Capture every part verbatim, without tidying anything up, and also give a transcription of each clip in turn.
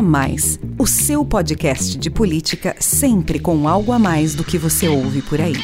Mais, o seu podcast de política sempre com algo a mais do que você ouve por aí.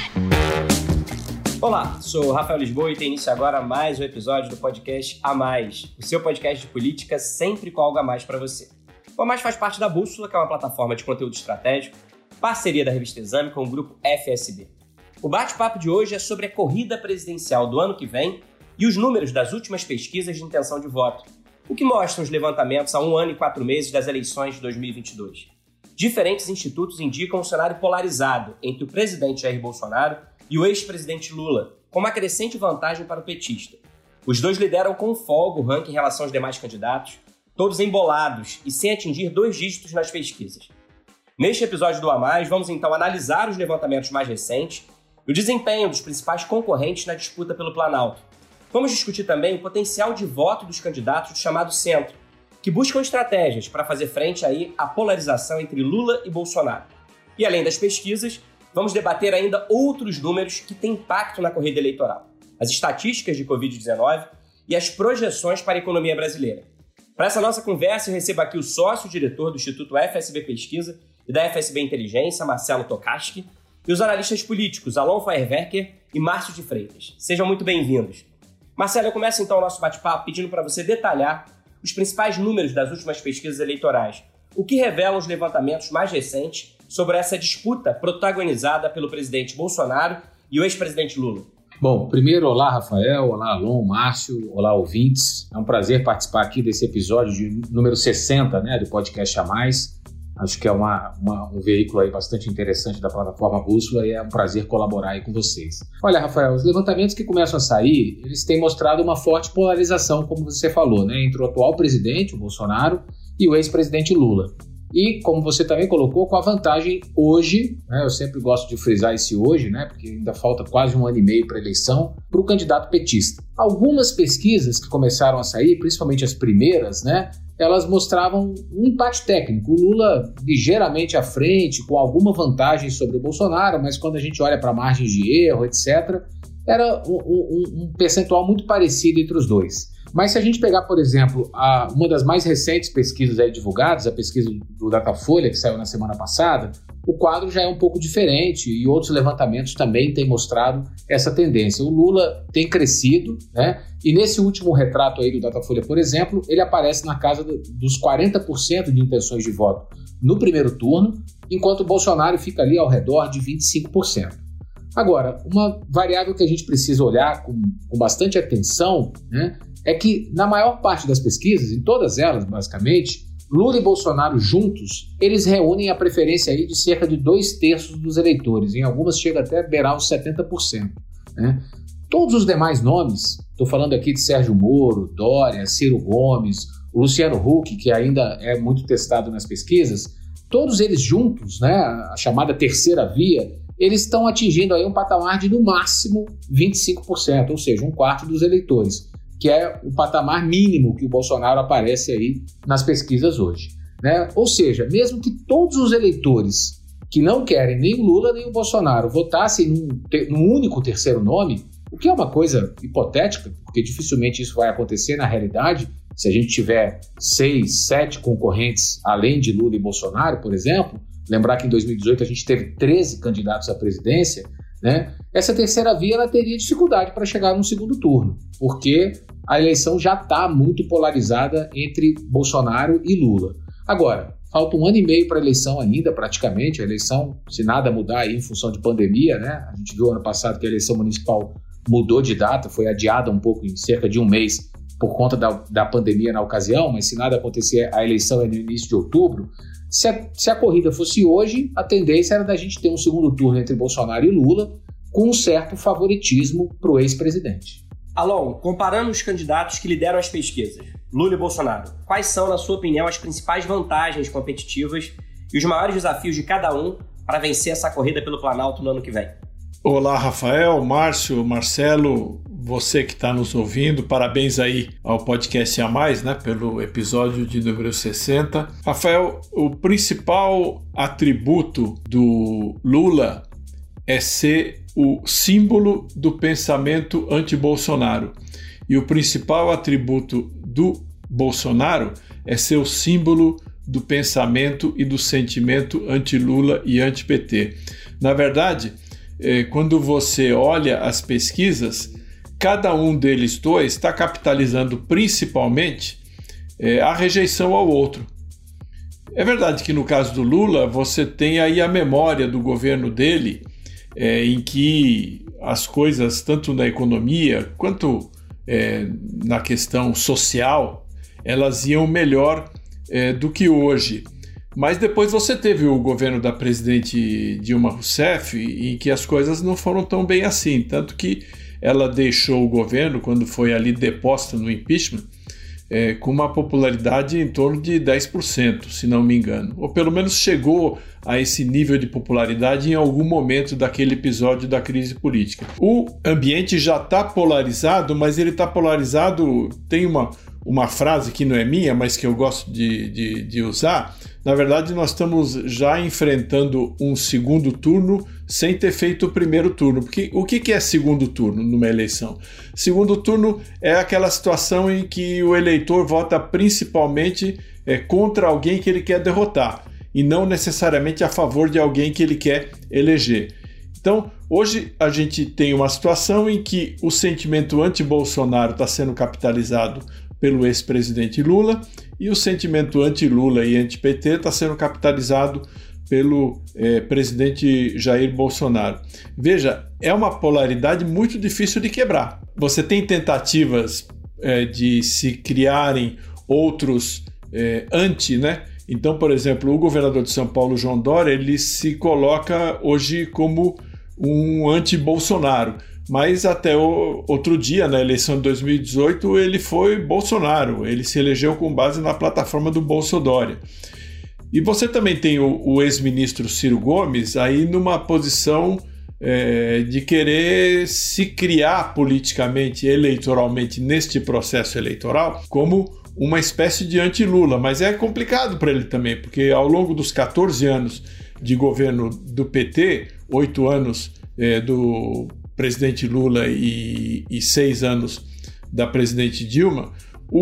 Olá, sou o Rafael Lisboa e tem início agora mais um episódio do podcast A Mais, o seu podcast de política sempre com algo a mais para você. O A Mais faz parte da Bússola, que é uma plataforma de conteúdo estratégico, parceria da Revista Exame com o grupo F S B. O bate-papo de hoje é sobre a corrida presidencial do ano que vem e os números das últimas pesquisas de intenção de voto, o que mostram os levantamentos há um ano e quatro meses das eleições de dois mil e vinte e dois. Diferentes institutos indicam um cenário polarizado entre o presidente Jair Bolsonaro e o ex-presidente Lula, com uma crescente vantagem para o petista. Os dois lideram com folga o ranking em relação aos demais candidatos, todos embolados e sem atingir dois dígitos nas pesquisas. Neste episódio do A Mais, vamos então analisar os levantamentos mais recentes e o desempenho dos principais concorrentes na disputa pelo Planalto. Vamos discutir também o potencial de voto dos candidatos do chamado centro, que buscam estratégias para fazer frente aí à polarização entre Lula e Bolsonaro. E além das pesquisas, vamos debater ainda outros números que têm impacto na corrida eleitoral, as estatísticas de covid dezenove e as projeções para a economia brasileira. Para essa nossa conversa, eu recebo aqui o sócio-diretor do Instituto F S B Pesquisa e da F S B Inteligência, Marcelo Tokarski, e os analistas políticos Alon Feuerwerker e Márcio de Freitas. Sejam muito bem-vindos. Marcelo, eu começo então o nosso bate-papo pedindo para você detalhar os principais números das últimas pesquisas eleitorais, o que revelam os levantamentos mais recentes sobre essa disputa protagonizada pelo presidente Bolsonaro e o ex-presidente Lula. Bom, primeiro, olá Rafael, olá Alon, Márcio, olá ouvintes. É um prazer participar aqui desse episódio de número sessenta, né, do podcast A Mais. Acho que é uma, uma, um veículo aí bastante interessante da plataforma Bússola e é um prazer colaborar aí com vocês. Olha, Rafael, os levantamentos que começam a sair, eles têm mostrado uma forte polarização, como você falou, né, entre o atual presidente, o Bolsonaro, e o ex-presidente Lula. E, como você também colocou, com a vantagem hoje, né, eu sempre gosto de frisar esse hoje, né, porque ainda falta quase um ano e meio para a eleição, para o candidato petista. Algumas pesquisas que começaram a sair, principalmente as primeiras, né, elas mostravam um empate técnico. O Lula ligeiramente à frente, com alguma vantagem sobre o Bolsonaro, mas quando a gente olha para margens de erro, etcétera, era um, um, um percentual muito parecido entre os dois. Mas se a gente pegar, por exemplo, a, uma das mais recentes pesquisas aí divulgadas, a pesquisa do Datafolha, que saiu na semana passada, o quadro já é um pouco diferente e outros levantamentos também têm mostrado essa tendência. O Lula tem crescido, né? E nesse último retrato aí do Datafolha, por exemplo, ele aparece na casa do, dos quarenta por cento de intenções de voto no primeiro turno, enquanto o Bolsonaro fica ali ao redor de vinte e cinco por cento. Agora, uma variável que a gente precisa olhar com, com bastante atenção, né, é que na maior parte das pesquisas, em todas elas basicamente, Lula e Bolsonaro juntos, eles reúnem a preferência aí de cerca de dois terços dos eleitores, em algumas chega até a beirar os setenta por cento. Né? Todos os demais nomes, estou falando aqui de Sérgio Moro, Dória, Ciro Gomes, o Luciano Huck, que ainda é muito testado nas pesquisas, todos eles juntos, né, a chamada terceira via, eles estão atingindo aí um patamar de no máximo vinte e cinco por cento, ou seja, um quarto dos eleitores, que é o patamar mínimo que o Bolsonaro aparece aí nas pesquisas hoje. Né? Ou seja, mesmo que todos os eleitores que não querem nem o Lula nem o Bolsonaro votassem num, num único terceiro nome, o que é uma coisa hipotética, porque dificilmente isso vai acontecer na realidade, se a gente tiver seis, sete concorrentes além de Lula e Bolsonaro, por exemplo, lembrar que em dois mil e dezoito a gente teve treze candidatos à presidência, né? Essa terceira via ela teria dificuldade para chegar no segundo turno, porque a eleição já está muito polarizada entre Bolsonaro e Lula. Agora, falta um ano e meio para a eleição ainda, praticamente. A eleição, se nada mudar aí em função de pandemia, né? A gente viu ano passado que a eleição municipal mudou de data, foi adiada um pouco em cerca de um mês por conta da, da pandemia na ocasião, mas se nada acontecer, a eleição é no início de outubro. Se a, se a corrida fosse hoje, a tendência era da gente ter um segundo turno entre Bolsonaro e Lula, com um certo favoritismo para o ex-presidente. Alon, comparando os candidatos que lideram as pesquisas, Lula e Bolsonaro, quais são, na sua opinião, as principais vantagens competitivas e os maiores desafios de cada um para vencer essa corrida pelo Planalto no ano que vem? Olá, Rafael, Márcio, Marcelo, você que está nos ouvindo, parabéns aí ao podcast A Mais, né, pelo episódio de número sessenta. Rafael, o principal atributo do Lula é ser o símbolo do pensamento anti-Bolsonaro. E o principal atributo do Bolsonaro é ser o símbolo do pensamento e do sentimento anti-Lula e anti-P T. Na verdade, quando você olha as pesquisas, cada um deles dois está capitalizando principalmente a rejeição ao outro. É verdade que no caso do Lula, você tem aí a memória do governo dele, é, em que as coisas, tanto na economia quanto é, na questão social, elas iam melhor é, do que hoje. Mas depois você teve o governo da presidente Dilma Rousseff, em que as coisas não foram tão bem assim, tanto que ela deixou o governo, quando foi ali deposta no impeachment, é, com uma popularidade em torno de dez por cento, se não me engano. Ou pelo menos chegou a esse nível de popularidade em algum momento daquele episódio da crise política. O ambiente já está polarizado, mas ele está polarizado, tem uma, uma frase que não é minha, mas que eu gosto de, de, de usar. Na verdade, nós estamos já enfrentando um segundo turno sem ter feito o primeiro turno. Porque o que é segundo turno numa eleição? Segundo turno é aquela situação em que o eleitor vota principalmente é, contra alguém que ele quer derrotar e não necessariamente a favor de alguém que ele quer eleger. Então, hoje a gente tem uma situação em que o sentimento anti-Bolsonaro está sendo capitalizado pelo ex-presidente Lula e o sentimento anti-Lula e anti-P T está sendo capitalizado pelo eh, presidente Jair Bolsonaro. Veja, é uma polaridade muito difícil de quebrar. Você tem tentativas eh, de se criarem outros eh, anti, né? Então, por exemplo, o governador de São Paulo, João Dória, ele se coloca hoje como um anti-Bolsonaro. Mas até o, outro dia, na eleição de dois mil e dezoito, ele foi Bolsonaro. Ele se elegeu com base na plataforma do Bolsodória. E você também tem o, o ex-ministro Ciro Gomes aí numa posição é, de querer se criar politicamente, eleitoralmente, neste processo eleitoral, como uma espécie de anti-Lula. Mas é complicado para ele também, porque ao longo dos catorze anos de governo do P T, oito anos é, do presidente Lula e, e seis anos da presidente Dilma,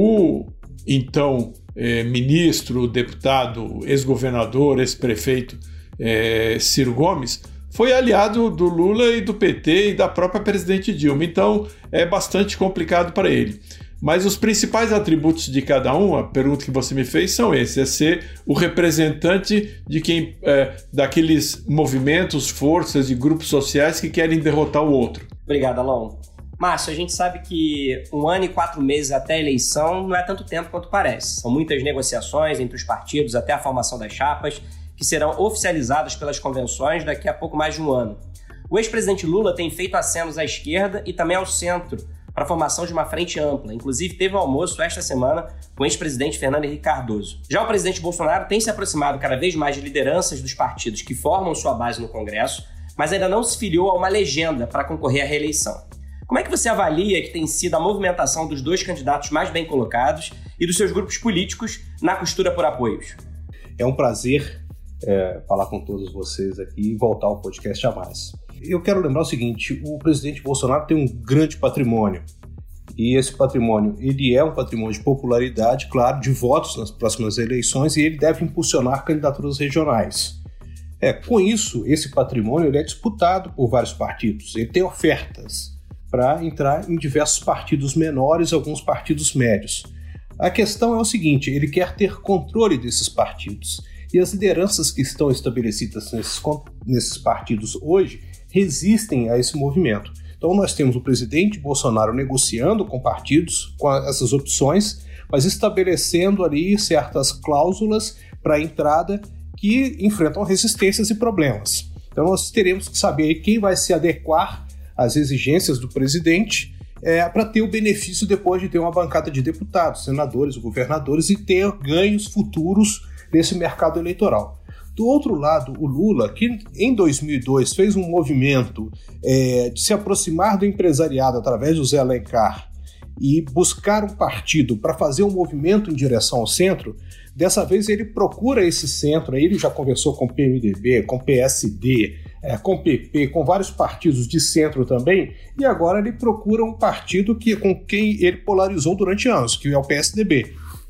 o então eh, ministro, deputado, ex-governador, ex-prefeito eh, Ciro Gomes foi aliado do Lula e do P T e da própria presidente Dilma. Então é bastante complicado para ele. Mas os principais atributos de cada um, a pergunta que você me fez, são esses: é ser o representante de quem, é, daqueles movimentos, forças e grupos sociais que querem derrotar o outro. Obrigado, Alon. Márcio, a gente sabe que um ano e quatro meses até a eleição não é tanto tempo quanto parece. São muitas negociações entre os partidos até a formação das chapas, que serão oficializadas pelas convenções daqui a pouco mais de um ano. O ex-presidente Lula tem feito acenos à esquerda e também ao centro para a formação de uma frente ampla. Inclusive, teve um almoço esta semana com o ex-presidente Fernando Henrique Cardoso. Já o presidente Bolsonaro tem se aproximado cada vez mais de lideranças dos partidos que formam sua base no Congresso, mas ainda não se filiou a uma legenda para concorrer à reeleição. Como é que você avalia que tem sido a movimentação dos dois candidatos mais bem colocados e dos seus grupos políticos na costura por apoios? É um prazer é, falar com todos vocês aqui e voltar ao podcast a mais. Eu quero lembrar o seguinte: o presidente Bolsonaro tem um grande patrimônio, e esse patrimônio ele é um patrimônio de popularidade, claro, de votos nas próximas eleições, e ele deve impulsionar candidaturas regionais. É, com isso, esse patrimônio ele é disputado por vários partidos, ele tem ofertas para entrar em diversos partidos menores, alguns partidos médios. A questão é o seguinte: ele quer ter controle desses partidos, e as lideranças que estão estabelecidas nesses, nesses partidos hoje resistem a esse movimento. Então nós temos o presidente Bolsonaro negociando com partidos, com essas opções, mas estabelecendo ali certas cláusulas para a entrada que enfrentam resistências e problemas. Então nós teremos que saber quem vai se adequar às exigências do presidente é, para ter o benefício depois de ter uma bancada de deputados, senadores, governadores e ter ganhos futuros nesse mercado eleitoral. Do outro lado, o Lula, que em dois mil e dois fez um movimento é, de se aproximar do empresariado através do Zé Alencar e buscar um partido para fazer um movimento em direção ao centro, dessa vez ele procura esse centro, aí ele já conversou com o P M D B, com o P S D, é, com o P P, com vários partidos de centro também, e agora ele procura um partido que, com quem ele polarizou durante anos, que é o P S D B.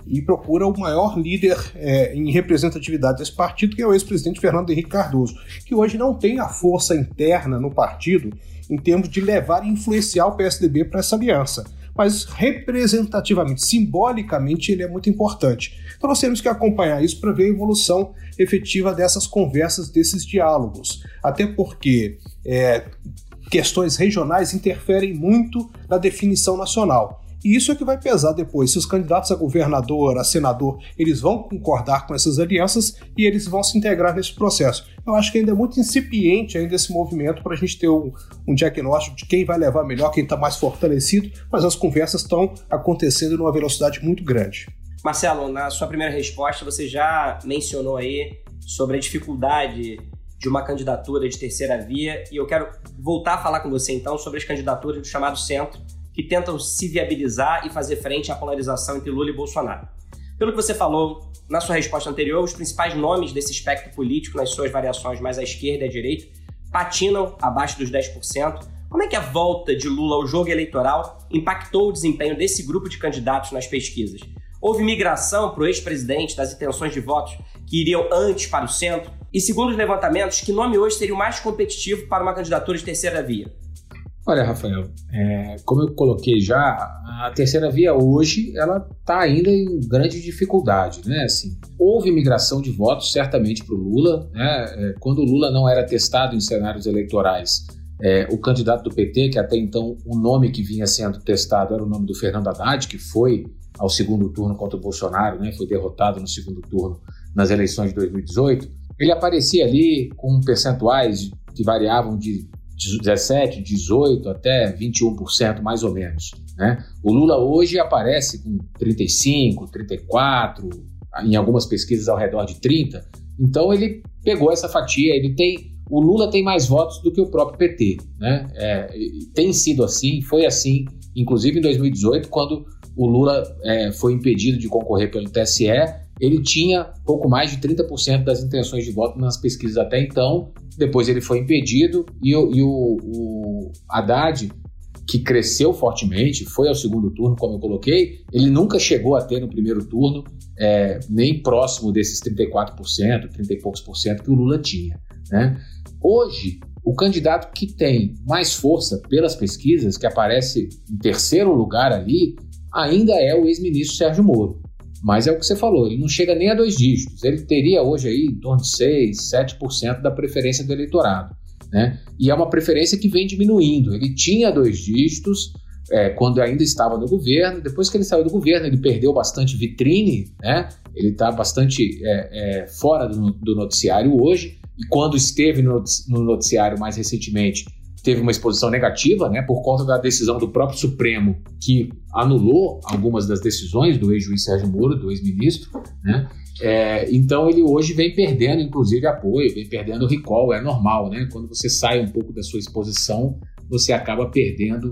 e procura o maior líder é, em representatividade desse partido, que é o ex-presidente Fernando Henrique Cardoso, que hoje não tem a força interna no partido em termos de levar e influenciar o P S D B para essa aliança. Mas representativamente, simbolicamente, ele é muito importante. Então nós temos que acompanhar isso para ver a evolução efetiva dessas conversas, desses diálogos. Até porque é, questões regionais interferem muito na definição nacional. E isso é que vai pesar depois. Se os candidatos a governador, a senador, eles vão concordar com essas alianças e eles vão se integrar nesse processo. Eu acho que ainda é muito incipiente ainda esse movimento para a gente ter um, um diagnóstico de quem vai levar melhor, quem está mais fortalecido, mas as conversas estão acontecendo numa velocidade muito grande. Marcelo, na sua primeira resposta, você já mencionou aí sobre a dificuldade de uma candidatura de terceira via, e eu quero voltar a falar com você então sobre as candidaturas do chamado centro, que tentam se viabilizar e fazer frente à polarização entre Lula e Bolsonaro. Pelo que você falou na sua resposta anterior, os principais nomes desse espectro político, nas suas variações mais à esquerda e à direita, patinam abaixo dos dez por cento. Como é que a volta de Lula ao jogo eleitoral impactou o desempenho desse grupo de candidatos nas pesquisas? Houve migração para o ex-presidente das intenções de votos que iriam antes para o centro? E segundo os levantamentos, que nome hoje seria o mais competitivo para uma candidatura de terceira via? Olha, Rafael, é, como eu coloquei já, a terceira via hoje ela está ainda em grande dificuldade, né? Assim, houve migração de votos certamente para o Lula, né? É, quando o Lula não era testado em cenários eleitorais, é, o candidato do P T, que até então o nome que vinha sendo testado era o nome do Fernando Haddad, que foi ao segundo turno contra o Bolsonaro, né? Foi derrotado no segundo turno nas eleições de dois mil e dezoito, ele aparecia ali com percentuais que variavam de dezessete, dezoito até vinte e um por cento mais ou menos, né? O Lula hoje aparece com trinta e cinco, trinta e quatro, em algumas pesquisas ao redor de trinta, então ele pegou essa fatia, ele tem, o Lula tem mais votos do que o próprio P T, né? É, tem sido assim, foi assim, inclusive em dois mil e dezoito, quando o Lula é, foi impedido de concorrer pelo T S E, ele tinha pouco mais de trinta por cento das intenções de voto nas pesquisas até então. Depois ele foi impedido e, o, e o, o Haddad, que cresceu fortemente, foi ao segundo turno, como eu coloquei, ele nunca chegou a ter no primeiro turno é, nem próximo desses trinta e quatro por cento, trinta e poucos por cento que o Lula tinha, né? Hoje, o candidato que tem mais força pelas pesquisas, que aparece em terceiro lugar ali, ainda é o ex-ministro Sérgio Moro. Mas é o que você falou, ele não chega nem a dois dígitos, ele teria hoje aí em torno de seis, sete por cento da preferência do eleitorado, né? E é uma preferência que vem diminuindo, ele tinha dois dígitos é, quando ainda estava no governo, depois que ele saiu do governo ele perdeu bastante vitrine, né? Ele está bastante é, é, fora do, do noticiário hoje, e quando esteve no, no noticiário mais recentemente, teve uma exposição negativa, né, por conta da decisão do próprio Supremo, que anulou algumas das decisões do ex-juiz Sérgio Moro, do ex-ministro, né? É, então ele hoje vem perdendo, inclusive, apoio, vem perdendo recall, é normal, né? Quando você sai um pouco da sua exposição, você acaba perdendo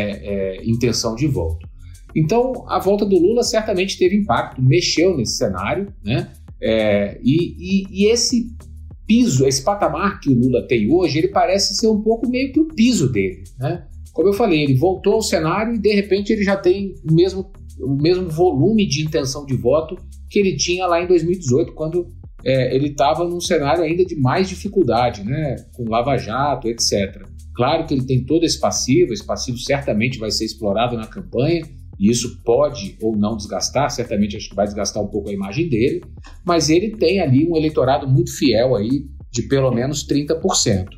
é, é, intenção de voto. Então, a volta do Lula certamente teve impacto, mexeu nesse cenário, né? É, e, e, e esse piso, esse patamar que o Lula tem hoje, ele parece ser um pouco meio que o piso dele, né? Como eu falei, ele voltou ao cenário e de repente ele já tem o mesmo, o mesmo volume de intenção de voto que ele tinha lá em dois mil e dezoito, quando é, ele estava num cenário ainda de mais dificuldade, né? Com Lava Jato, etcétera. Claro que ele tem todo esse passivo, esse passivo certamente vai ser explorado na campanha, e isso pode ou não desgastar, certamente acho que vai desgastar um pouco a imagem dele, mas ele tem ali um eleitorado muito fiel aí de pelo menos trinta por cento.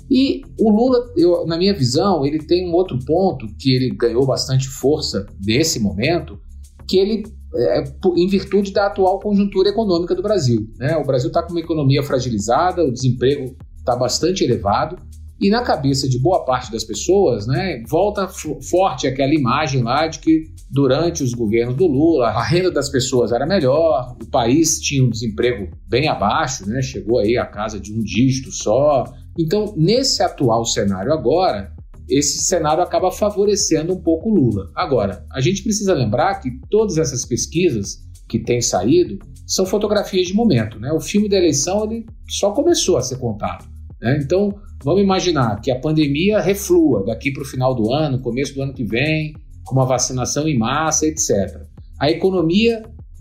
E o Lula, eu, na minha visão, ele tem um outro ponto que ele ganhou bastante força nesse momento, que ele, é, em virtude da atual conjuntura econômica do Brasil, né? O Brasil está com uma economia fragilizada, o desemprego está bastante elevado, e na cabeça de boa parte das pessoas, né, volta f- forte aquela imagem lá de que durante os governos do Lula a renda das pessoas era melhor, o país tinha um desemprego bem abaixo, né, chegou aí a casa de um dígito só. Então, nesse atual cenário agora, esse cenário acaba favorecendo um pouco o Lula. Agora, a gente precisa lembrar que todas essas pesquisas que têm saído são fotografias de momento, né? O filme da eleição ele só começou a ser contado, né? Então, vamos imaginar que a pandemia reflua daqui para o final do ano, começo do ano que vem, com uma vacinação em massa, etcétera. A economia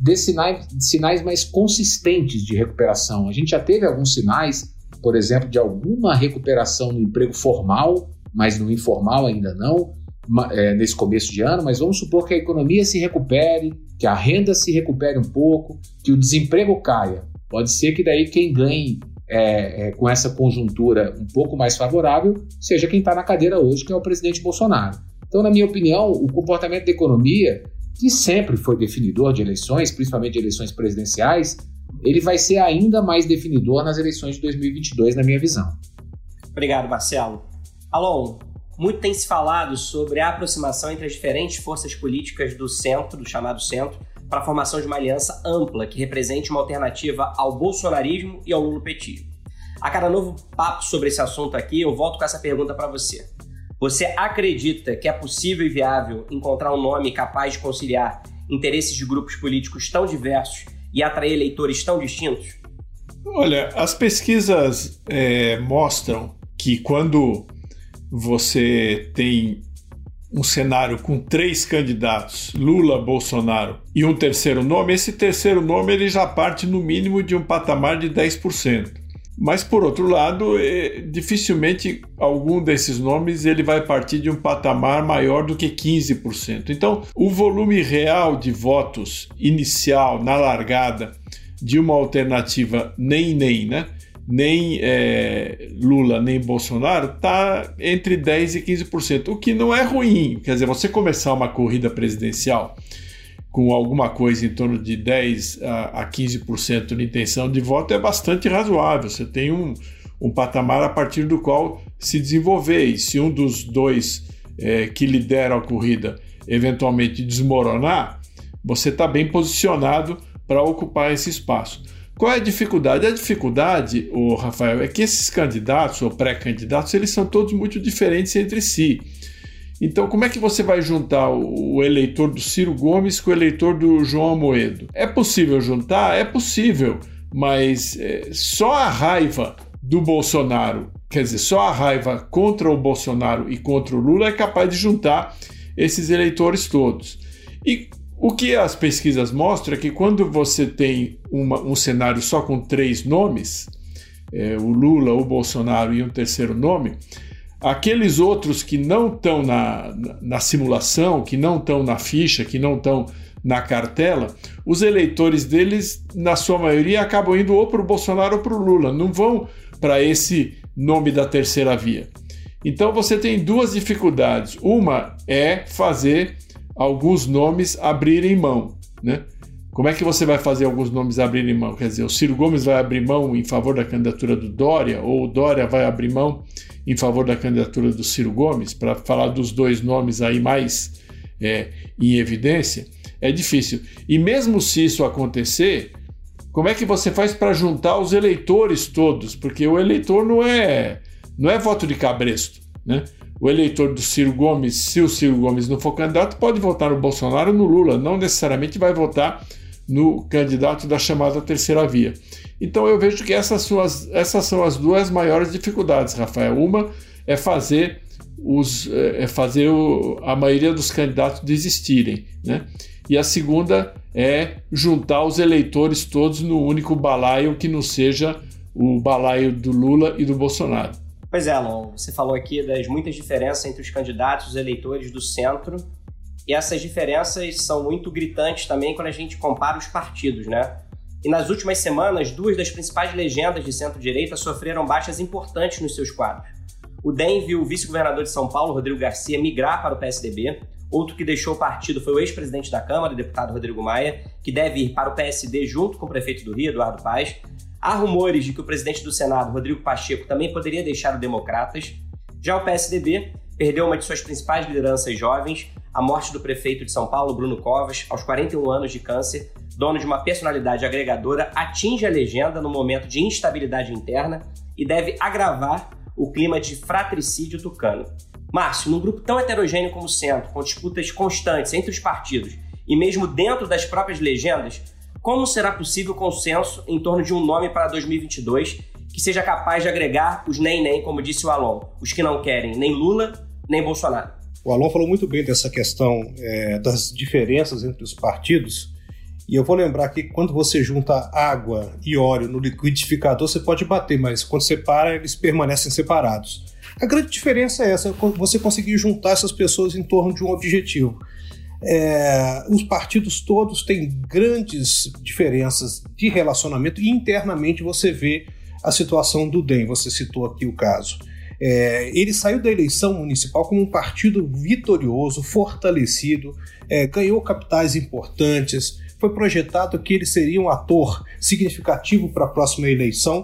dê sinais, sinais mais consistentes de recuperação. A gente já teve alguns sinais, por exemplo, de alguma recuperação no emprego formal, mas no informal ainda não, é, nesse começo de ano, mas vamos supor que a economia se recupere, que a renda se recupere um pouco, que o desemprego caia. Pode ser que daí quem ganhe é, é, com essa conjuntura um pouco mais favorável seja quem está na cadeira hoje, que é o presidente Bolsonaro. Então, na minha opinião, o comportamento da economia, que sempre foi definidor de eleições, principalmente de eleições presidenciais, ele vai ser ainda mais definidor nas eleições de dois mil e vinte e dois, na minha visão. Obrigado, Marcelo. Alon, muito tem se falado sobre a aproximação entre as diferentes forças políticas do centro, do chamado centro, para a formação de uma aliança ampla que represente uma alternativa ao bolsonarismo e ao lulopetismo. A cada novo papo sobre esse assunto aqui, eu volto com essa pergunta para você. Você acredita que é possível e viável encontrar um nome capaz de conciliar interesses de grupos políticos tão diversos e atrair eleitores tão distintos? Olha, as pesquisas é, mostram que quando você tem um cenário com três candidatos, Lula, Bolsonaro e um terceiro nome, esse terceiro nome ele já parte no mínimo de um patamar de dez por cento. Mas, por outro lado, é, dificilmente algum desses nomes ele vai partir de um patamar maior do que quinze por cento. Então, o volume real de votos inicial, na largada, de uma alternativa nem-nem, né? nem é, Lula, nem Bolsonaro, está entre dez e quinze por cento, o que não é ruim. Quer dizer, você começar uma corrida presidencial com alguma coisa em torno de dez a quinze por cento de intenção de voto é bastante razoável. Você tem um, um patamar a partir do qual se desenvolver. E se um dos dois é, que lideram a corrida eventualmente desmoronar, você está bem posicionado para ocupar esse espaço. Qual é a dificuldade? A dificuldade, ô Rafael, é que esses candidatos ou pré-candidatos, eles são todos muito diferentes entre si. Então, como é que você vai juntar o eleitor do Ciro Gomes com o eleitor do João Amoedo? É possível juntar? É possível, mas é, só a raiva do Bolsonaro, quer dizer, só a raiva contra o Bolsonaro e contra o Lula é capaz de juntar esses eleitores todos. E o que as pesquisas mostram é que quando você tem uma, um cenário só com três nomes, é, o Lula, o Bolsonaro e um terceiro nome, aqueles outros que não estão na, na, na simulação, que não estão na ficha, que não estão na cartela, os eleitores deles, na sua maioria, acabam indo ou para o Bolsonaro ou para o Lula, não vão para esse nome da terceira via. Então você tem duas dificuldades. Uma é fazer alguns nomes abrirem mão, né? Como é que você vai fazer alguns nomes abrirem mão? Quer dizer, o Ciro Gomes vai abrir mão em favor da candidatura do Dória, ou o Dória vai abrir mão em favor da candidatura do Ciro Gomes, para falar dos dois nomes aí mais é, em evidência? É difícil. E mesmo se isso acontecer, como é que você faz para juntar os eleitores todos? Porque o eleitor não é, não é voto de cabresto, né? O eleitor do Ciro Gomes, se o Ciro Gomes não for candidato, pode votar no Bolsonaro ou no Lula, não necessariamente vai votar no candidato da chamada terceira via. Então eu vejo que essas são as, essas são as duas maiores dificuldades, Rafael. Uma é fazer, os, é fazer o, a maioria dos candidatos desistirem, né? E a segunda é juntar os eleitores todos no único balaio que não seja o balaio do Lula e do Bolsonaro. Pois é, Alon, você falou aqui das muitas diferenças entre os candidatos e os eleitores do centro, e essas diferenças são muito gritantes também quando a gente compara os partidos, né? E nas últimas semanas, duas das principais legendas de centro-direita sofreram baixas importantes nos seus quadros. O D E M viu o vice-governador de São Paulo, Rodrigo Garcia, migrar para o P S D B. Outro que deixou o partido foi o ex-presidente da Câmara, o deputado Rodrigo Maia, que deve ir para o P S D junto com o prefeito do Rio, Eduardo Paes. Há rumores de que o presidente do Senado, Rodrigo Pacheco, também poderia deixar o Democratas. Já o P S D B perdeu uma de suas principais lideranças jovens, a morte do prefeito de São Paulo, Bruno Covas, aos quarenta e um anos de câncer, dono de uma personalidade agregadora, atinge a legenda no momento de instabilidade interna e deve agravar o clima de fratricídio tucano. Márcio, num grupo tão heterogêneo como o centro, com disputas constantes entre os partidos e mesmo dentro das próprias legendas, como será possível consenso em torno de um nome para dois mil e vinte e dois que seja capaz de agregar os nem-nem, como disse o Alon, os que não querem nem Lula, nem Bolsonaro? O Alon falou muito bem dessa questão é, das diferenças entre os partidos, E eu vou lembrar que quando você junta água e óleo no liquidificador, você pode bater, mas quando você para, eles permanecem separados. A grande diferença é essa, você conseguir juntar essas pessoas em torno de um objetivo. É, os partidos todos têm grandes diferenças de relacionamento e internamente você vê a situação do D E M, você citou aqui o caso. É, ele saiu da eleição municipal como um partido vitorioso, fortalecido, é, ganhou capitais importantes, foi projetado que ele seria um ator significativo para a próxima eleição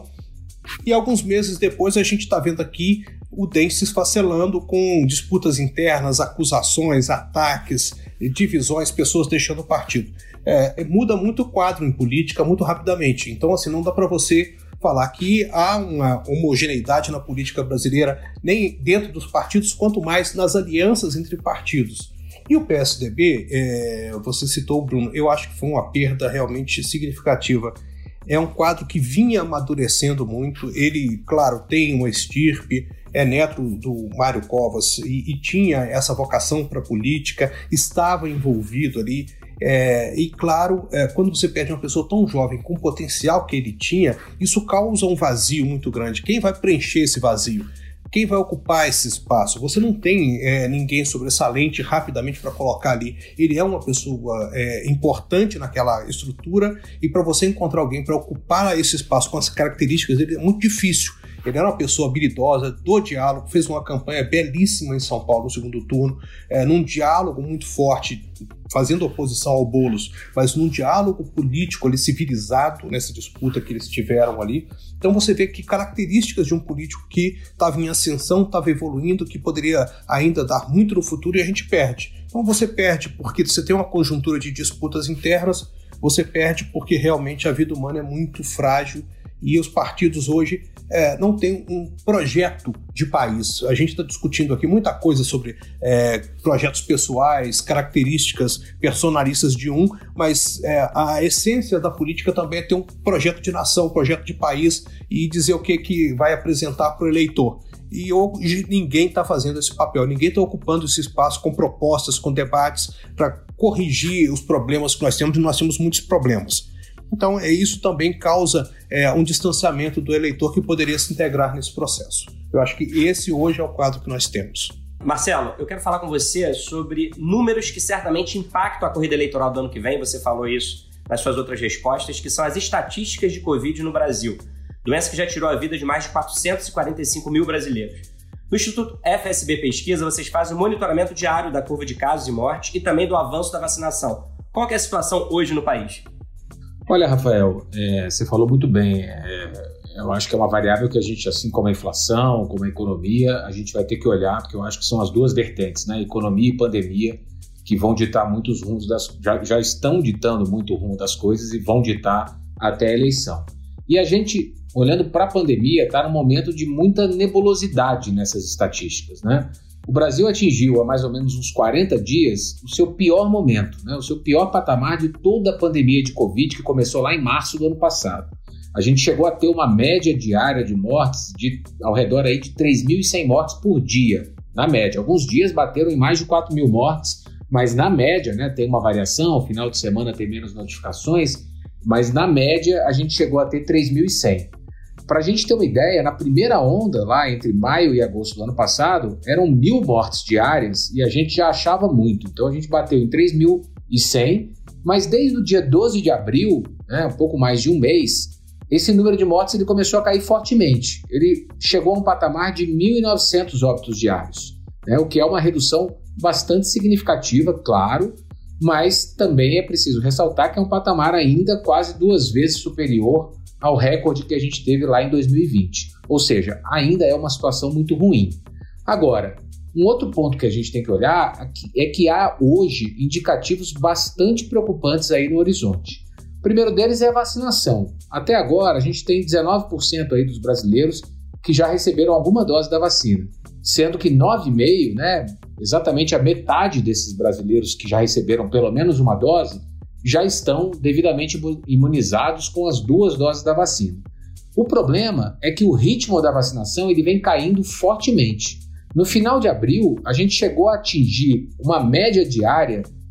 e alguns meses depois a gente está vendo aqui o D E M se esfacelando com disputas internas, acusações, ataques, divisões, pessoas deixando o partido. É, muda muito o quadro em política muito rapidamente, então assim, não dá para você falar que há uma homogeneidade na política brasileira, nem dentro dos partidos, quanto mais nas alianças entre partidos. E o P S D B, é, você citou, Bruno, eu acho que foi uma perda realmente significativa. É um quadro que vinha amadurecendo muito, ele, claro, tem uma estirpe, é neto do Mário Covas e, e tinha essa vocação para a política, estava envolvido ali. É, e claro, é, quando você perde uma pessoa tão jovem com o potencial que ele tinha, isso causa um vazio muito grande. Quem vai preencher esse vazio? Quem vai ocupar esse espaço? Você não tem é, ninguém sobressalente rapidamente para colocar ali. Ele é uma pessoa é, importante naquela estrutura e para você encontrar alguém para ocupar esse espaço com as características dele é muito difícil. Ele era uma pessoa habilidosa, do diálogo, fez uma campanha belíssima em São Paulo no segundo turno, é, num diálogo muito forte, fazendo oposição ao Boulos, mas num diálogo político ali, civilizado nessa disputa que eles tiveram ali. Então você vê que características de um político que estava em ascensão, estava evoluindo, que poderia ainda dar muito no futuro e a gente perde. Então você perde porque você tem uma conjuntura de disputas internas, você perde porque realmente a vida humana é muito frágil e os partidos hoje é, não têm um projeto de país. A gente está discutindo aqui muita coisa sobre é, projetos pessoais, características personalistas de um, mas é, a essência da política também é ter um projeto de nação, um projeto de país e dizer o que, que vai apresentar para o eleitor. E hoje ninguém está fazendo esse papel, ninguém está ocupando esse espaço com propostas, com debates para corrigir os problemas que nós temos, e nós temos muitos problemas. Então, é, isso também causa é, um distanciamento do eleitor que poderia se integrar nesse processo. Eu acho que esse hoje é o quadro que nós temos. Marcelo, eu quero falar com você sobre números que certamente impactam a corrida eleitoral do ano que vem, você falou isso nas suas outras respostas, que são as estatísticas de Covid no Brasil. Doença que já tirou a vida de mais de quatrocentos e quarenta e cinco mil brasileiros. No Instituto F S B Pesquisa, vocês fazem o monitoramento diário da curva de casos e mortes e também do avanço da vacinação. Qual que é a situação hoje no país? Olha, Rafael, é, você falou muito bem. É, eu acho que é uma variável que a gente, assim como a inflação, como a economia, a gente vai ter que olhar, porque eu acho que são as duas vertentes, né? Economia e pandemia, que vão ditar muitos rumos, das, já, já estão ditando muito o rumo das coisas e vão ditar até a eleição. E a gente, olhando para a pandemia, está num momento de muita nebulosidade nessas estatísticas, né? O Brasil atingiu há mais ou menos uns quarenta dias o seu pior momento, né? O seu pior patamar de toda a pandemia de Covid que começou lá em março do ano passado. A gente chegou a ter uma média diária de mortes de ao redor aí de três mil e cem mortes por dia, na média. Alguns dias bateram em mais de quatro mil mortes, mas na média, né, tem uma variação, final de semana tem menos notificações, mas na média a gente chegou a ter três mil e cem. Para a gente ter uma ideia, na primeira onda, lá entre maio e agosto do ano passado, eram mil mortes diárias e a gente já achava muito. Então a gente bateu em três mil e cem, mas desde o dia doze de abril, né, um pouco mais de um mês, esse número de mortes ele começou a cair fortemente. Ele chegou a um patamar de mil e novecentos óbitos diários, né, o que é uma redução bastante significativa, claro, mas também é preciso ressaltar que é um patamar ainda quase duas vezes superior ao recorde que a gente teve lá em dois mil e vinte. Ou seja, ainda é uma situação muito ruim. Agora, um outro ponto que a gente tem que olhar é que há hoje indicativos bastante preocupantes aí no horizonte. O primeiro deles é a vacinação. Até agora, a gente tem dezenove por cento aí dos brasileiros que já receberam alguma dose da vacina, sendo que nove vírgula cinco por cento, né, exatamente a metade desses brasileiros que já receberam pelo menos uma dose, já estão devidamente imunizados com as duas doses da vacina. O problema é que o ritmo da vacinação ele vem caindo fortemente. No final de abril, a gente chegou a atingir uma média diária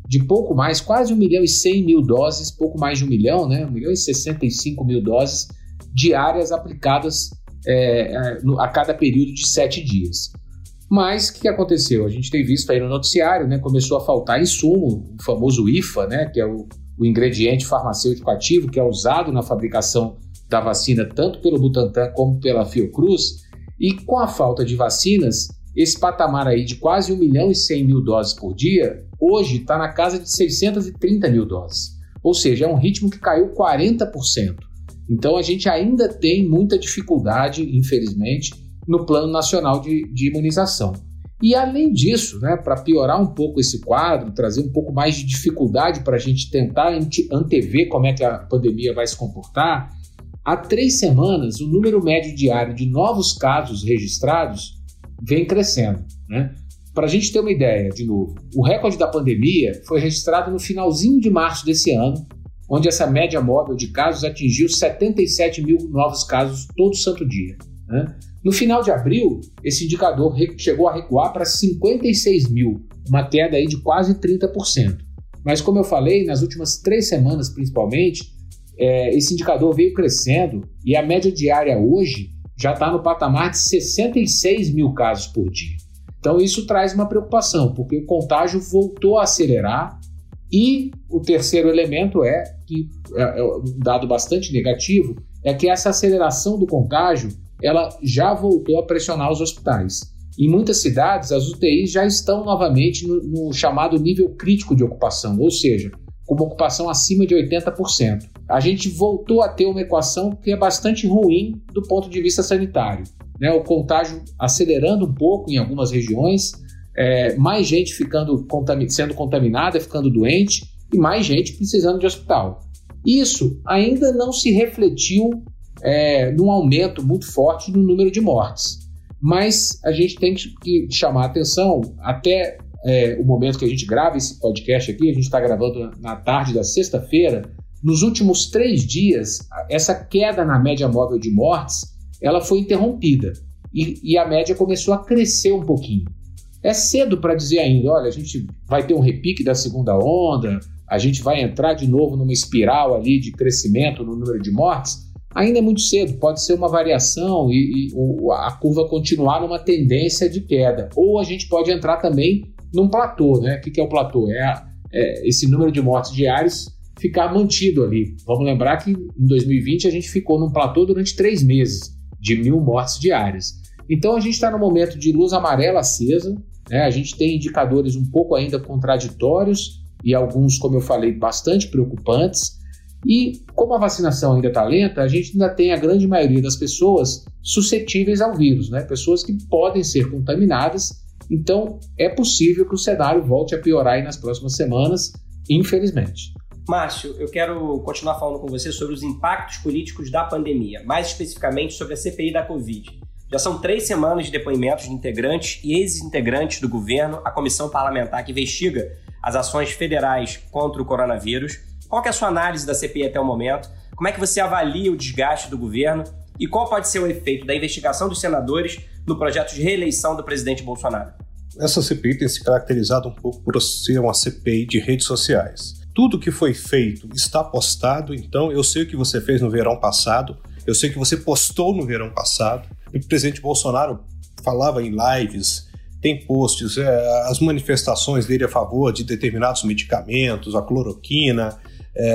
de pouco mais, quase um milhão e cem mil doses, pouco mais de um milhão, né? um milhão e sessenta e cinco mil doses diárias aplicadas é, a cada período de sete dias. Mas o que aconteceu? A gente tem visto aí no noticiário, né? Começou a faltar insumo, o famoso I F A, né? Que é o, o ingrediente farmacêutico ativo que é usado na fabricação da vacina tanto pelo Butantan como pela Fiocruz, e com a falta de vacinas, esse patamar aí de quase um milhão e cem mil doses por dia, hoje está na casa de seiscentos e trinta mil doses. Ou seja, é um ritmo que caiu quarenta por cento. Então a gente ainda tem muita dificuldade, infelizmente, no Plano Nacional de, de Imunização. E além disso, né, para piorar um pouco esse quadro, trazer um pouco mais de dificuldade para a gente tentar antever como é que a pandemia vai se comportar, há três semanas o número médio diário de novos casos registrados vem crescendo, né? Para a gente ter uma ideia, de novo, o recorde da pandemia foi registrado no finalzinho de março desse ano, onde essa média móvel de casos atingiu setenta e sete mil novos casos todo santo dia, né? No final de abril, esse indicador chegou a recuar para cinquenta e seis mil, uma queda aí de quase trinta por cento. Mas como eu falei, nas últimas três semanas principalmente, é, esse indicador veio crescendo e a média diária hoje já está no patamar de sessenta e seis mil casos por dia. Então isso traz uma preocupação, porque o contágio voltou a acelerar. E o terceiro elemento é, que é um dado bastante negativo, é que essa aceleração do contágio ela já voltou a pressionar os hospitais. Em muitas cidades, as U T Is já estão novamente no, no chamado nível crítico de ocupação, ou seja, com uma ocupação acima de oitenta por cento. A gente voltou a ter uma equação que é bastante ruim do ponto de vista sanitário, né? O contágio acelerando um pouco em algumas regiões, é, mais gente ficando contamin- sendo contaminada, ficando doente, e mais gente precisando de hospital. Isso ainda não se refletiu É, num aumento muito forte no número de mortes. Mas a gente tem que chamar a atenção, até é, o momento que a gente grava esse podcast aqui, a gente está gravando na tarde da sexta-feira, nos últimos três dias, essa queda na média móvel de mortes, ela foi interrompida e, e a média começou a crescer um pouquinho. É cedo para dizer ainda, olha, a gente vai ter um repique da segunda onda, a gente vai entrar de novo numa espiral ali de crescimento no número de mortes. Ainda é muito cedo, pode ser uma variação e, e o, a curva continuar numa tendência de queda. Ou a gente pode entrar também num platô, né? O que, que é o platô? É, a, é esse número de mortes diárias ficar mantido ali. Vamos lembrar que em dois mil e vinte a gente ficou num platô durante três meses, de mil mortes diárias. Então a gente está no momento de luz amarela acesa, né? A gente tem indicadores um pouco ainda contraditórios e alguns, como eu falei, bastante preocupantes. E como a vacinação ainda está lenta, a gente ainda tem a grande maioria das pessoas suscetíveis ao vírus, né? Pessoas que podem ser contaminadas. Então é possível que o cenário volte a piorar aí nas próximas semanas, infelizmente. Márcio, eu quero continuar falando com você sobre os impactos políticos da pandemia, mais especificamente sobre a C P I da Covid. Já são três semanas de depoimentos de integrantes e ex-integrantes do governo à comissão parlamentar que investiga as ações federais contra o coronavírus. Qual que é a sua análise da C P I até o momento? Como é que você avalia o desgaste do governo? E qual pode ser o efeito da investigação dos senadores no projeto de reeleição do presidente Bolsonaro? Essa C P I tem se caracterizado um pouco por ser uma C P I de redes sociais. Tudo que foi feito está postado, então eu sei o que você fez no verão passado, eu sei que você postou no verão passado. O presidente Bolsonaro falava em lives, tem posts, é, as manifestações dele a favor de determinados medicamentos, a cloroquina, é,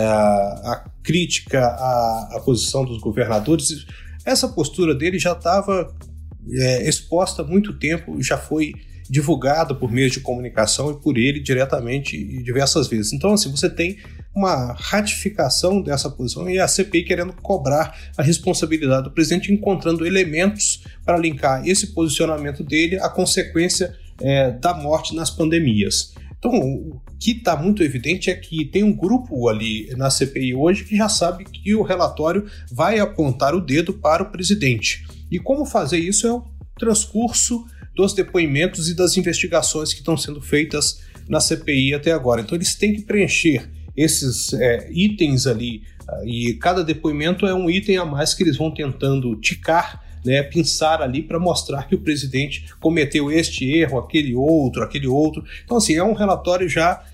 a crítica à, à posição dos governadores. Essa postura dele já estava é, exposta há muito tempo, já foi divulgada por meios de comunicação e por ele diretamente diversas vezes. Então, assim, você tem uma ratificação dessa posição e a C P I querendo cobrar a responsabilidade do presidente, encontrando elementos para linkar esse posicionamento dele à consequência é, da morte nas pandemias. Então, o que está muito evidente é que tem um grupo ali na C P I hoje que já sabe que o relatório vai apontar o dedo para o presidente. E como fazer isso é o transcurso dos depoimentos e das investigações que estão sendo feitas na C P I até agora. Então eles têm que preencher esses é, itens ali, e cada depoimento é um item a mais que eles vão tentando ticar, né, pensar ali para mostrar que o presidente cometeu este erro, aquele outro, aquele outro. Então assim, é um relatório já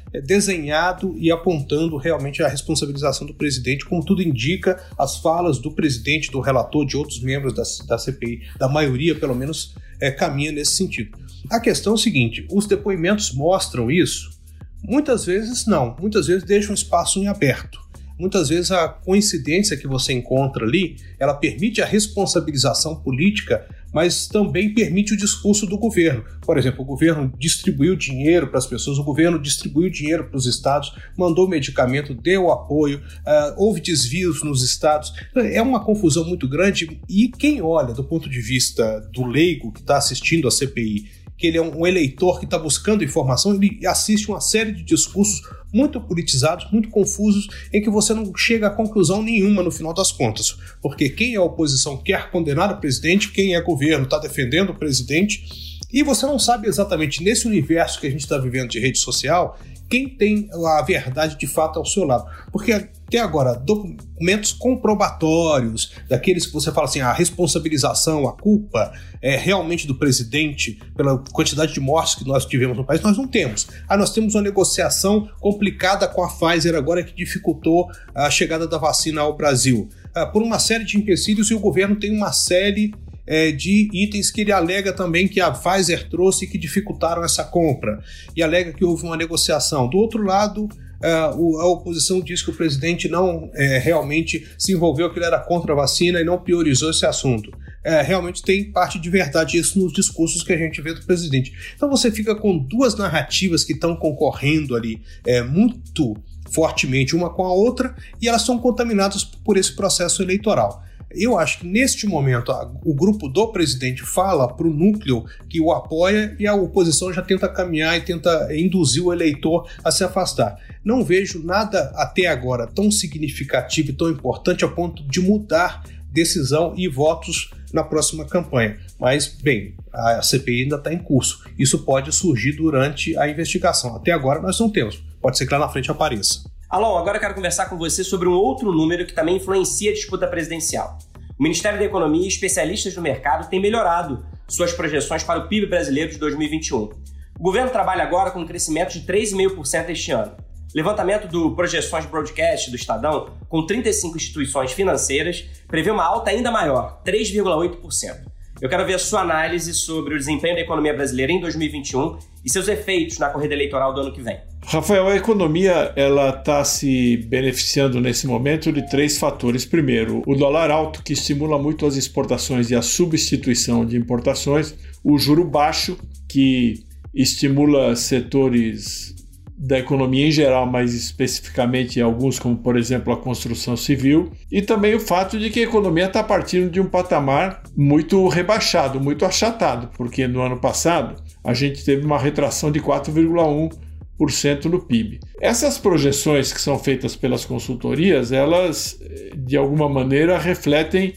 desenhado e apontando realmente a responsabilização do presidente, como tudo indica, as falas do presidente, do relator, de outros membros da, da C P I, da maioria pelo menos, é, caminha nesse sentido. A questão é o seguinte, os depoimentos mostram isso? Muitas vezes não, muitas vezes deixam espaço em aberto. Muitas vezes a coincidência que você encontra ali, ela permite a responsabilização política, mas também permite o discurso do governo. Por exemplo, o governo distribuiu dinheiro para as pessoas, o governo distribuiu dinheiro para os estados, mandou medicamento, deu apoio, uh, houve desvios nos estados. É uma confusão muito grande e quem olha do ponto de vista do leigo que está assistindo a C P I, que ele é um eleitor que está buscando informação, ele assiste uma série de discursos muito politizados, muito confusos, em que você não chega a conclusão nenhuma no final das contas. Porque quem é oposição quer condenar o presidente, quem é governo está defendendo o presidente, e você não sabe exatamente, nesse universo que a gente está vivendo de rede social, quem tem a verdade de fato ao seu lado. Porque até agora, documentos comprobatórios, daqueles que você fala assim, a responsabilização, a culpa é realmente do presidente pela quantidade de mortes que nós tivemos no país, nós não temos. Ah, nós temos uma negociação complicada com a Pfizer agora que dificultou a chegada da vacina ao Brasil. Ah, por uma série de empecilhos, e o governo tem uma série É, de itens que ele alega também que a Pfizer trouxe e que dificultaram essa compra, e alega que houve uma negociação. Do outro lado, uh, a oposição diz que o presidente não é, realmente se envolveu, que ele era contra a vacina e não priorizou esse assunto. É, realmente tem parte de verdade isso nos discursos que a gente vê do presidente. Então você fica com duas narrativas que estão concorrendo ali é, muito fortemente uma com a outra, e elas são contaminadas por esse processo eleitoral. Eu acho que neste momento o grupo do presidente fala para o núcleo que o apoia e a oposição já tenta caminhar e tenta induzir o eleitor a se afastar. Não vejo nada até agora tão significativo e tão importante a ponto de mudar decisão e votos na próxima campanha. Mas, bem, a C P I ainda está em curso. Isso pode surgir durante a investigação. Até agora nós não temos. Pode ser que lá na frente apareça. Alon, agora eu quero conversar com você sobre um outro número que também influencia a disputa presidencial. O Ministério da Economia e especialistas do mercado têm melhorado suas projeções para o P I B brasileiro de dois mil e vinte e um. O governo trabalha agora com um crescimento de três vírgula cinco por cento este ano. Levantamento do Projeções Broadcast do Estadão, com trinta e cinco instituições financeiras, prevê uma alta ainda maior, três vírgula oito por cento. Eu quero ver a sua análise sobre o desempenho da economia brasileira em dois mil e vinte e um e seus efeitos na corrida eleitoral do ano que vem. Rafael, a economia ela está se beneficiando nesse momento de três fatores. Primeiro, o dólar alto, que estimula muito as exportações e a substituição de importações. O juro baixo, que estimula setores da economia em geral, mas especificamente alguns, como por exemplo a construção civil, e também o fato de que a economia está partindo de um patamar muito rebaixado, muito achatado, porque no ano passado a gente teve uma retração de quatro vírgula um por cento no P I B. Essas projeções que são feitas pelas consultorias, elas de alguma maneira refletem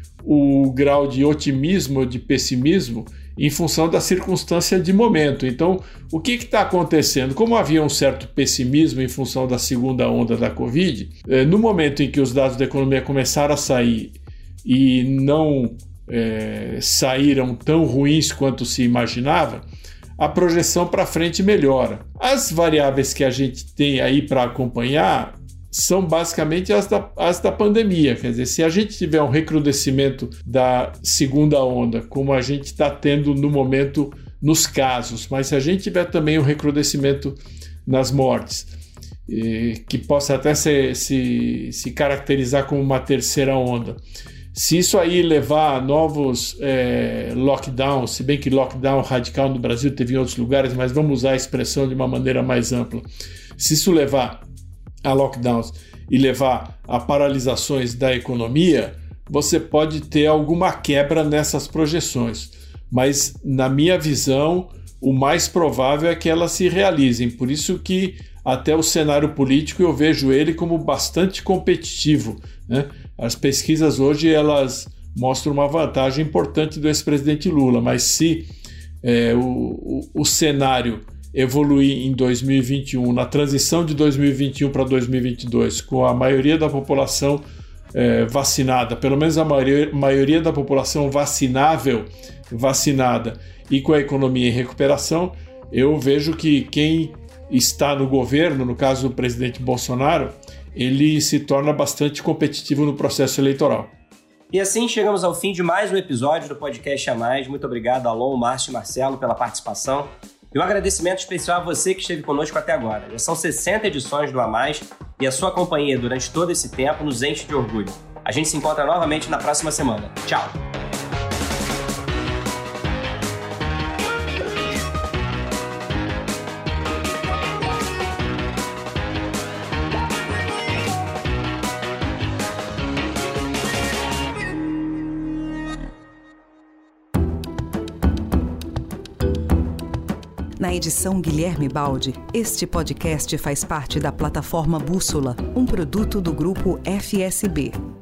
o grau de otimismo ou de pessimismo em função da circunstância de momento. Então, o que está acontecendo? Como havia um certo pessimismo em função da segunda onda da Covid, no momento em que os dados da economia começaram a sair e não é, saíram tão ruins quanto se imaginava, a projeção para frente melhora. As variáveis que a gente tem aí para acompanhar são basicamente as da, as da pandemia. Quer dizer, se a gente tiver um recrudescimento da segunda onda, como a gente está tendo no momento nos casos, mas se a gente tiver também um recrudescimento nas mortes, eh, que possa até se, se, se caracterizar como uma terceira onda, se isso aí levar a novos eh, lockdowns, se bem que lockdown radical no Brasil teve em outros lugares, mas vamos usar a expressão de uma maneira mais ampla, se isso levar a lockdowns e levar a paralisações da economia, você pode ter alguma quebra nessas projeções. Mas, na minha visão, o mais provável é que elas se realizem. Por isso que até o cenário político eu vejo ele como bastante competitivo, né? As pesquisas hoje elas mostram uma vantagem importante do ex-presidente Lula, mas se é, o, o, o cenário evoluir em dois mil e vinte e um, na transição de dois mil e vinte e um para dois mil e vinte e dois, com a maioria da população é, vacinada, pelo menos a maioria, maioria da população vacinável vacinada e com a economia em recuperação, eu vejo que quem está no governo, no caso do presidente Bolsonaro, ele se torna bastante competitivo no processo eleitoral. E assim chegamos ao fim de mais um episódio do Podcast A Mais. Muito obrigado, Alon, Márcio e Marcelo, pela participação. E um agradecimento especial a você que esteve conosco até agora. Já são sessenta edições do A Mais e a sua companhia durante todo esse tempo nos enche de orgulho. A gente se encontra novamente na próxima semana. Tchau! Na edição Guilherme Baldi, este podcast faz parte da plataforma Bússola, um produto do grupo F S B.